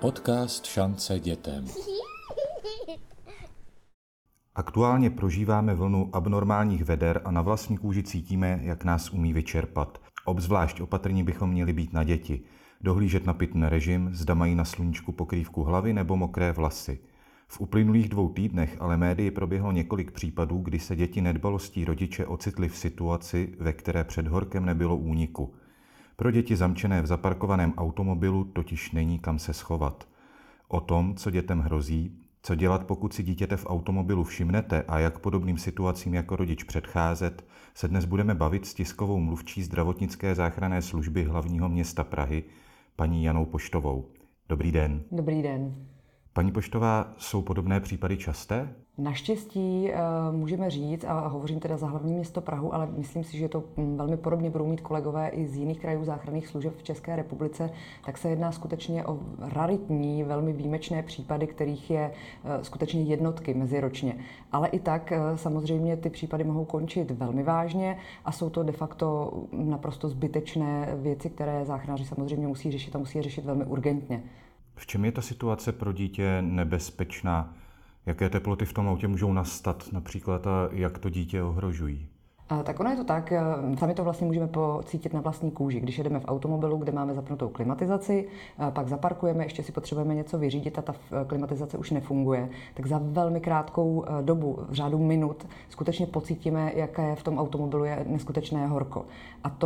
Podcast Šance dětem. Aktuálně prožíváme vlnu abnormálních veder a na vlastní kůži cítíme, jak nás umí vyčerpat. Obzvlášť opatrní bychom měli být na děti. Dohlížet na pitný režim, zda mají na sluníčku pokrývku hlavy nebo mokré vlasy. V uplynulých 2 týdnech ale médii proběhlo několik případů, kdy se děti nedbalostí rodiče ocitly v situaci, ve které před horkem nebylo úniku. Pro děti zamčené v zaparkovaném automobilu totiž není kam se schovat. O tom, co dětem hrozí, co dělat, pokud si dítěte v automobilu všimnete a jak podobným situacím jako rodič předcházet, se dnes budeme bavit s tiskovou mluvčí zdravotnické záchranné služby hlavního města Prahy, paní Janou Poštovou. Dobrý den. Dobrý den. Paní Poštová, jsou podobné případy časté? Naštěstí můžeme říct, a hovořím teda za hlavní město Prahu, ale myslím si, že to velmi podobně budou mít kolegové i z jiných krajů záchranných služeb v České republice, tak se jedná skutečně o raritní, velmi výjimečné případy, kterých je skutečně jednotky meziročně. Ale i tak samozřejmě ty případy mohou končit velmi vážně a jsou to de facto naprosto zbytečné věci, které záchranáři samozřejmě musí řešit a musí je řešit velmi urgentně. V čem je ta situace pro dítě nebezpečná? Jaké teploty v tom autě můžou nastat například a jak to dítě ohrožují? Tak ono je to tak, sami to vlastně můžeme pocítit na vlastní kůži. Když jedeme v automobilu, kde máme zapnutou klimatizaci, pak zaparkujeme, ještě si potřebujeme něco vyřídit a ta klimatizace už nefunguje, tak za velmi krátkou dobu, v řádu minut, skutečně pocítíme, jaké v tom automobilu je neskutečné horko. A to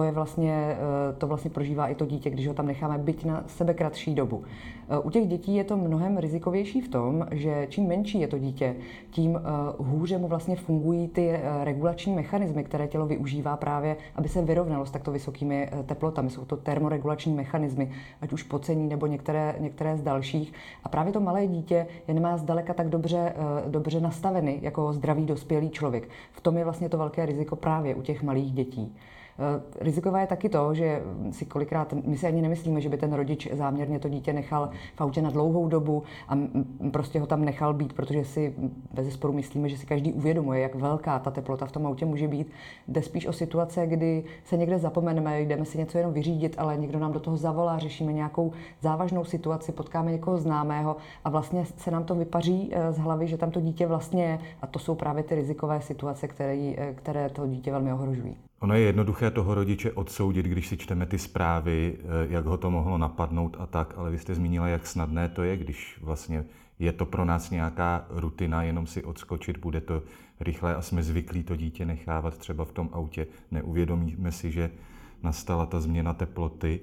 vlastně prožívá i to dítě, když ho tam necháme byť na sebe kratší dobu. U těch dětí je to mnohem rizikovější v tom, že čím menší je to dítě, tím hůře mu vlastně fungují ty regulační mechanismy, které tělo využívá právě, aby se vyrovnalo s takto vysokými teplotami. Jsou to termoregulační mechanismy, ať už pocení nebo některé z dalších. A právě to malé dítě je nemá zdaleka tak dobře nastaveny jako zdravý dospělý člověk. V tom je vlastně to velké riziko právě u těch malých dětí. Rizikové je taky to, že si kolikrát, my si ani nemyslíme, že by ten rodič záměrně to dítě nechal v autě na dlouhou dobu a prostě ho tam nechal být, protože si bezesporu myslíme, že si každý uvědomuje, jak velká ta teplota v tom autě může být. Jde spíš o situace, kdy se někde zapomeneme, jdeme si něco jenom vyřídit, ale někdo nám do toho zavolá, řešíme nějakou závažnou situaci, potkáme někoho známého a vlastně se nám to vypaří z hlavy, že tam to dítě vlastně je, a to jsou právě ty rizikové situace, které to dítě velmi ohrožují. Ono je jednoduché toho rodiče odsoudit, když si čteme ty zprávy, jak ho to mohlo napadnout a tak, ale vy jste zmínila, jak snadné to je, když vlastně je to pro nás nějaká rutina, jenom si odskočit, bude to rychle a jsme zvyklí to dítě nechávat třeba v tom autě. Neuvědomíme si, že nastala ta změna teploty.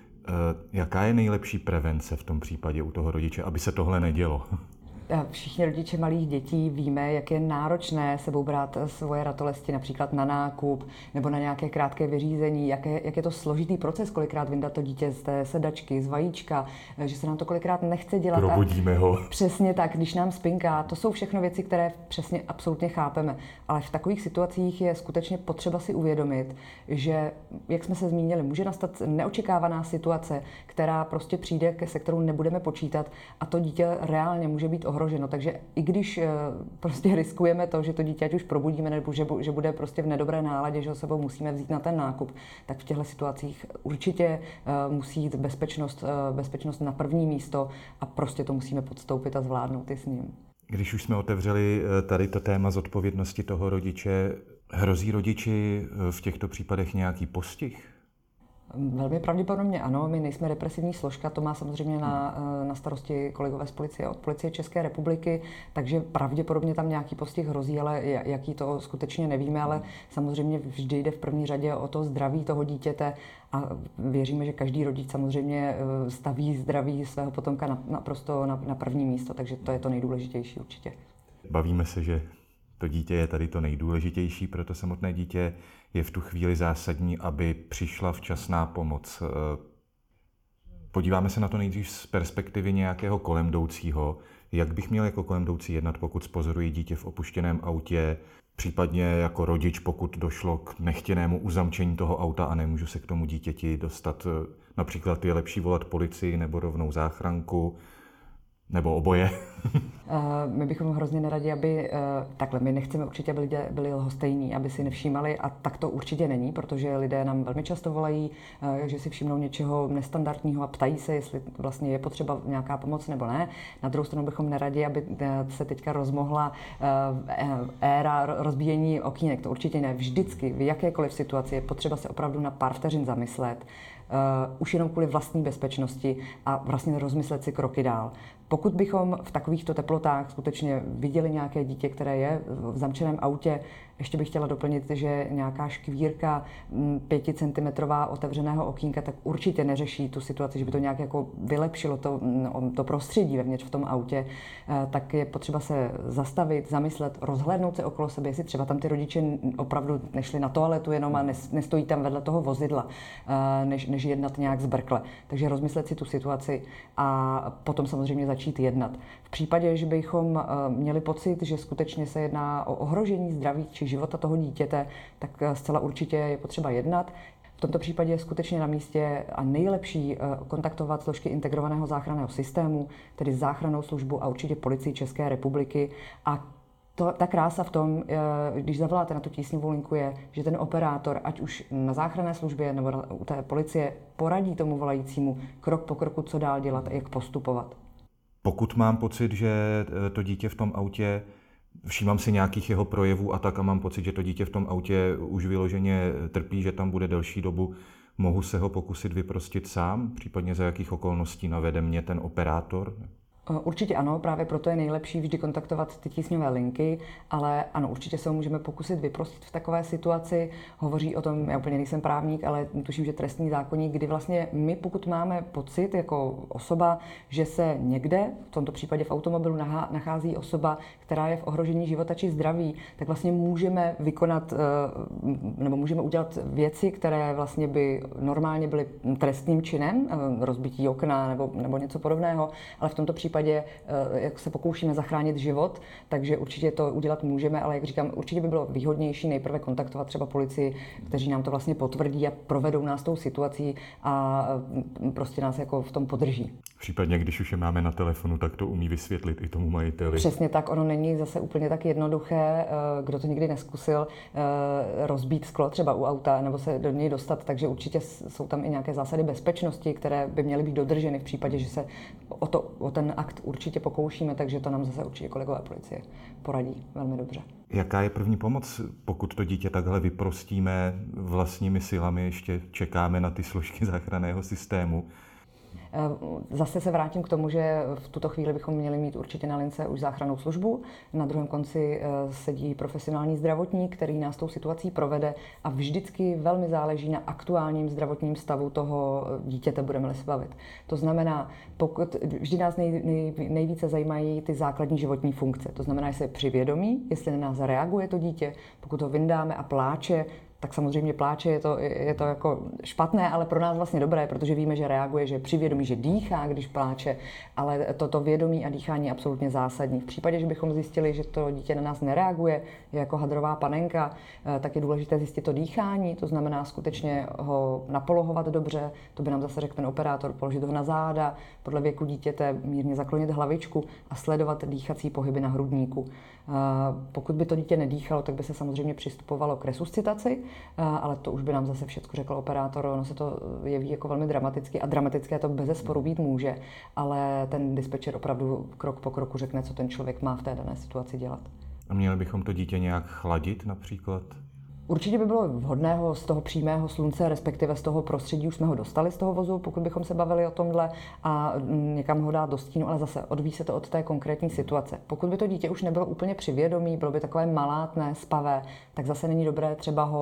Jaká je nejlepší prevence v tom případě u toho rodiče, aby se tohle nedělo? Všichni rodiče malých dětí víme, jak je náročné sebou brát svoje ratolesti například na nákup nebo na nějaké krátké vyřízení, jak je to složitý proces, kolikrát vyndat to dítě z té sedačky, z vajíčka, že se nám to kolikrát nechce dělat. Probudíme ho. Přesně tak, když nám spinká. To jsou všechno věci, které přesně absolutně chápeme. Ale v takových situacích je skutečně potřeba si uvědomit, že, jak jsme se zmínili, může nastat neočekávaná situace, která prostě přijde, se kterou nebudeme počítat a to dítě reálně může být ohroženo. Takže i když prostě riskujeme to, že to dítě ať už probudíme, nebo že bude prostě v nedobré náladě, že ho sebou musíme vzít na ten nákup, tak v těchto situacích určitě musí jít bezpečnost na první místo a prostě to musíme podstoupit a zvládnout i s ním. Když už jsme otevřeli tady to téma zodpovědnosti toho rodiče, hrozí rodiči v těchto případech nějaký postih? Velmi pravděpodobně ano, my nejsme represivní složka, to má samozřejmě na starosti kolegové z policie od Policie České republiky, takže pravděpodobně tam nějaký postih hrozí, ale jaký to skutečně nevíme, ale samozřejmě vždy jde v první řadě o to zdraví toho dítěte a věříme, že každý rodič samozřejmě staví zdraví svého potomka naprosto na první místo, takže to je to nejdůležitější určitě. Bavíme se, že to dítě je tady to nejdůležitější, pro to samotné dítě je v tu chvíli zásadní, aby přišla včasná pomoc. Podíváme se na to nejdřív z perspektivy nějakého kolemjdoucího. Jak bych měl jako kolemjdoucí jednat, pokud spozoruji dítě v opuštěném autě, případně jako rodič, pokud došlo k nechtěnému uzamčení toho auta a nemůžu se k tomu dítěti dostat. Například je lepší volat policii nebo rovnou záchranku. Nebo oboje? My bychom hrozně neradi, aby takhle, my nechceme určitě, aby lidé byli lhostejní, aby si nevšímali a tak to určitě není, protože lidé nám velmi často volají, že si všimnou něčeho nestandardního a ptají se, jestli vlastně je potřeba nějaká pomoc nebo ne. Na druhou stranu bychom neradi, aby se teďka rozmohla éra rozbíjení okýnek. To určitě ne. Vždycky, v jakékoliv situaci je potřeba se opravdu na pár vteřin zamyslet, už jenom kvůli vlastní bezpečnosti a vlastně rozmyslet si kroky dál. Pokud bychom v takovýchto teplotách skutečně viděli nějaké dítě, které je v zamčeném autě, ještě bych chtěla doplnit, že nějaká škvírka 5 cm otevřeného okýnka tak určitě neřeší tu situaci, že by to nějak jako vylepšilo to prostředí vevnitř v tom autě, tak je potřeba se zastavit, zamyslet, rozhlédnout se okolo sebe, jestli třeba tam ty rodiče opravdu nešli na toaletu jenom a nestojí tam vedle toho vozidla, než jednat nějak zbrkle. Takže rozmyslet si tu situaci a potom samozřejmě začít jednat. V případě, že bychom měli pocit, že skutečně se jedná o ohrožení zdraví či života toho dítěte, tak zcela určitě je potřeba jednat. V tomto případě je skutečně na místě a nejlepší kontaktovat složky integrovaného záchranného systému, tedy záchrannou službu a určitě Policii České republiky. A ta krása v tom, když zavoláte na tu tísňovou linku, je, že ten operátor, ať už na záchranné službě nebo u té policie, poradí tomu volajícímu krok po kroku, co dál dělat a jak postupovat. Pokud mám pocit, že to dítě v tom autě, všímám si nějakých jeho projevů a tak a mám pocit, že to dítě v tom autě už vyloženě trpí, že tam bude delší dobu, mohu se ho pokusit vyprostit sám, případně za jakých okolností navede mě ten operátor? Určitě ano, právě proto je nejlepší vždy kontaktovat ty tísňové linky, ale ano, určitě se ho můžeme pokusit vyprostit v takové situaci. Hovoří o tom, já úplně nejsem právník, ale tuším, že trestní zákoník, kdy vlastně my, pokud máme pocit jako osoba, že se někde, v tomto případě v automobilu, nachází osoba, která je v ohrožení života či zdraví, tak vlastně můžeme vykonat nebo můžeme udělat věci, které vlastně by normálně byly trestným činem, rozbití okna nebo něco podobného, ale v tomto případě jak se pokoušíme zachránit život, takže určitě to udělat můžeme, ale jak říkám, určitě by bylo výhodnější nejprve kontaktovat třeba policii, kteří nám to vlastně potvrdí a provedou nás tou situací a prostě nás jako v tom podrží. Případně, když už je máme na telefonu, tak to umí vysvětlit i tomu majiteli. Přesně tak, ono není zase úplně tak jednoduché, kdo to nikdy neskusil, rozbít sklo třeba u auta nebo se do něj dostat, takže určitě jsou tam i nějaké zásady bezpečnosti, které by měly být dodrženy v případě, že se o ten akt určitě pokoušíme, takže to nám zase určitě kolegové policie poradí velmi dobře. Jaká je první pomoc, pokud to dítě takhle vyprostíme vlastními silami, ještě čekáme na ty složky záchranného systému? Zase se vrátím k tomu, že v tuto chvíli bychom měli mít určitě na lince už záchrannou službu. Na druhém konci sedí profesionální zdravotník, který nás tou situací provede a vždycky velmi záleží na aktuálním zdravotním stavu toho dítěte, budeme-li se bavit. To znamená, vždy nás nejvíce zajímají ty základní životní funkce. To znamená, jestli je při vědomí, jestli na nás zareaguje to dítě, pokud ho vyndáme a pláče, tak samozřejmě pláče, je to jako špatné, ale pro nás vlastně dobré, protože víme, že reaguje, že při vědomí, že dýchá, když pláče, ale toto vědomí a dýchání je absolutně zásadní. V případě, že bychom zjistili, že to dítě na nás nereaguje, je jako hadrová panenka, tak je důležité zjistit to dýchání, to znamená skutečně ho napolohovat dobře, to by nám zase řekl ten operátor, položit ho na záda, podle věku dítěte mírně zaklonit hlavičku a sledovat dýchací pohyby na hrudníku. Pokud by to dítě nedýchalo, tak by se samozřejmě přistupovalo k resuscitaci, ale to už by nám zase všechno řekl operátor, ono se to jeví jako velmi dramaticky a dramatické to bezesporu být může, ale ten dispečer opravdu krok po kroku řekne, co ten člověk má v té dané situaci dělat. A měli bychom to dítě nějak chladit například? Určitě by bylo vhodné ho z toho přímého slunce, respektive z toho prostředí, už jsme ho dostali z toho vozu, pokud bychom se bavili o tomhle, a někam ho dát do stínu, ale zase odvíjí se to od té konkrétní situace. Pokud by to dítě už nebylo úplně při vědomí, bylo by takové malátné, spavé, tak zase není dobré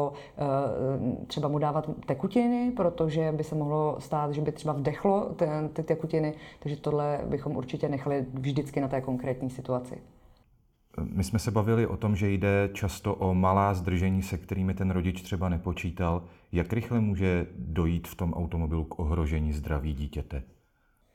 třeba mu dávat tekutiny, protože by se mohlo stát, že by třeba vdechlo ty tekutiny, takže tohle bychom určitě nechali vždycky na té konkrétní situaci. My jsme se bavili o tom, že jde často o malá zdržení, se kterými ten rodič třeba nepočítal. Jak rychle může dojít v tom automobilu k ohrožení zdraví dítěte?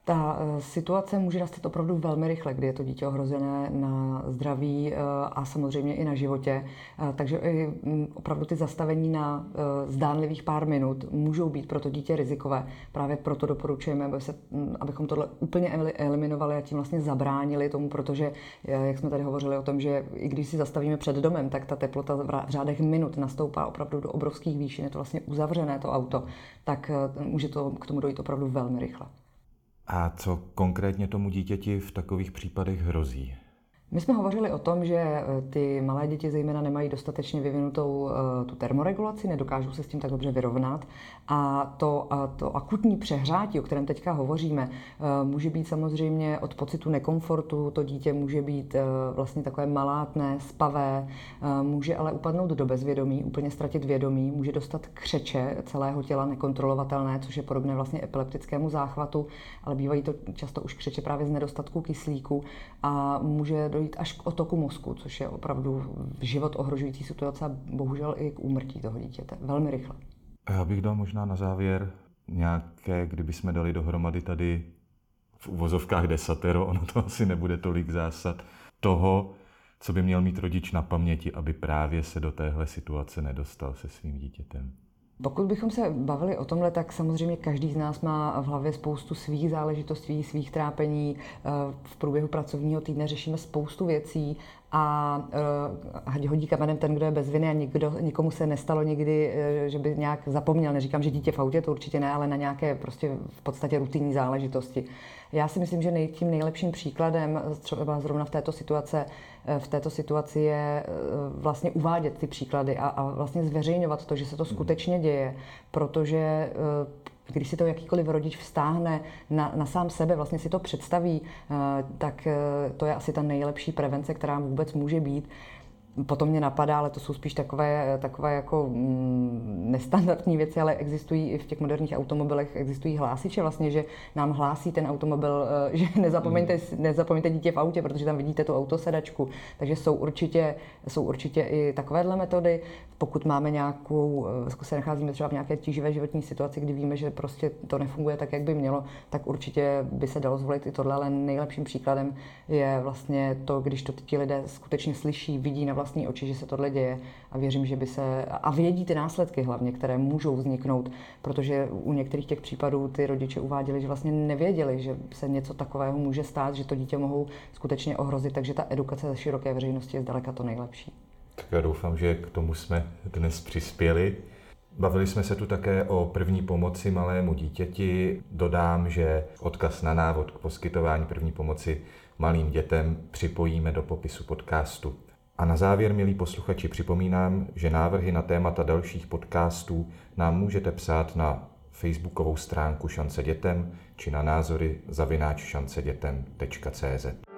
Ta situace může nastat opravdu velmi rychle, kdy je to dítě ohrozené na zdraví a samozřejmě i na životě. Takže i opravdu ty zastavení na zdánlivých pár minut můžou být pro to dítě rizikové. Právě proto doporučujeme, abychom tohle úplně eliminovali a tím vlastně zabránili tomu, protože, jak jsme tady hovořili o tom, že i když si zastavíme před domem, tak ta teplota v řádech minut nastoupá opravdu do obrovských výšin, je to vlastně uzavřené to auto, tak může to k tomu dojít opravdu velmi rychle. A co konkrétně tomu dítěti v takových případech hrozí? My jsme hovořili o tom, že ty malé děti zejména nemají dostatečně vyvinutou tu termoregulaci, nedokážou se s tím tak dobře vyrovnat a to akutní přehřátí, o kterém teďka hovoříme, může být samozřejmě od pocitu nekomfortu, to dítě může být vlastně takové malátné, spavé, může ale upadnout do bezvědomí, úplně ztratit vědomí, může dostat křeče celého těla nekontrolovatelné, což je podobné vlastně epileptickému záchvatu, ale bývají to často už křeče právě z nedostatku kyslíku a může dojít až k otoku mozku, což je opravdu život ohrožující situace a bohužel i k úmrtí toho dítěte. Velmi rychle. A já bych dal možná na závěr nějaké, kdyby jsme dali dohromady tady v uvozovkách desatero, ono to asi nebude tolik zásad, toho, co by měl mít rodič na paměti, aby právě se do téhle situace nedostal se svým dítětem. Pokud bychom se bavili o tomhle, tak samozřejmě každý z nás má v hlavě spoustu svých záležitostí, svých trápení. V průběhu pracovního týdne řešíme spoustu věcí a hodí kamenem ten, kdo je bez viny a nikomu se nestalo nikdy, že by nějak zapomněl. Neříkám, že dítě v autě, to určitě ne, ale na nějaké prostě v podstatě rutinní záležitosti. Já si myslím, že tím nejlepším příkladem třeba zrovna v této situaci je vlastně uvádět ty příklady a vlastně zveřejňovat to, že se to skutečně děje, protože když si to jakýkoliv rodič vztáhne na sám sebe, vlastně si to představí, tak to je asi ta nejlepší prevence, která vůbec může být. Potom mě napadá, ale to jsou spíš takové jako nestandardní věci, ale existují i v těch moderních automobilech, existují hlásiče vlastně, že nám hlásí ten automobil, že nezapomeňte dítě v autě, protože tam vidíte tu autosedačku. Takže jsou určitě i takovéhle metody. Pokud máme se nacházíme třeba v nějaké tíživé životní situaci, kdy víme, že prostě to nefunguje tak, jak by mělo, tak určitě by se dalo zvolit i tohle, ale nejlepším příkladem je vlastně to, když to ti lidé skutečně slyší, vidí na vlastní oči, že se tohle děje a věřím, že a vědí ty následky hlavně, které můžou vzniknout, protože u některých těch případů ty rodiče uváděli, že vlastně nevěděli, že se něco takového může stát, že to dítě mohou skutečně ohrozit, takže ta edukace ze široké veřejnosti je zdaleka to nejlepší. Tak já doufám, že k tomu jsme dnes přispěli. Bavili jsme se tu také o první pomoci malému dítěti. Dodám, že odkaz na návod k poskytování první pomoci malým dětem připojíme do popisu podcastu. A na závěr, milí posluchači, připomínám, že návrhy na témata dalších podcastů nám můžete psát na facebookovou stránku Šance dětem či na názory @šancedětem.cz.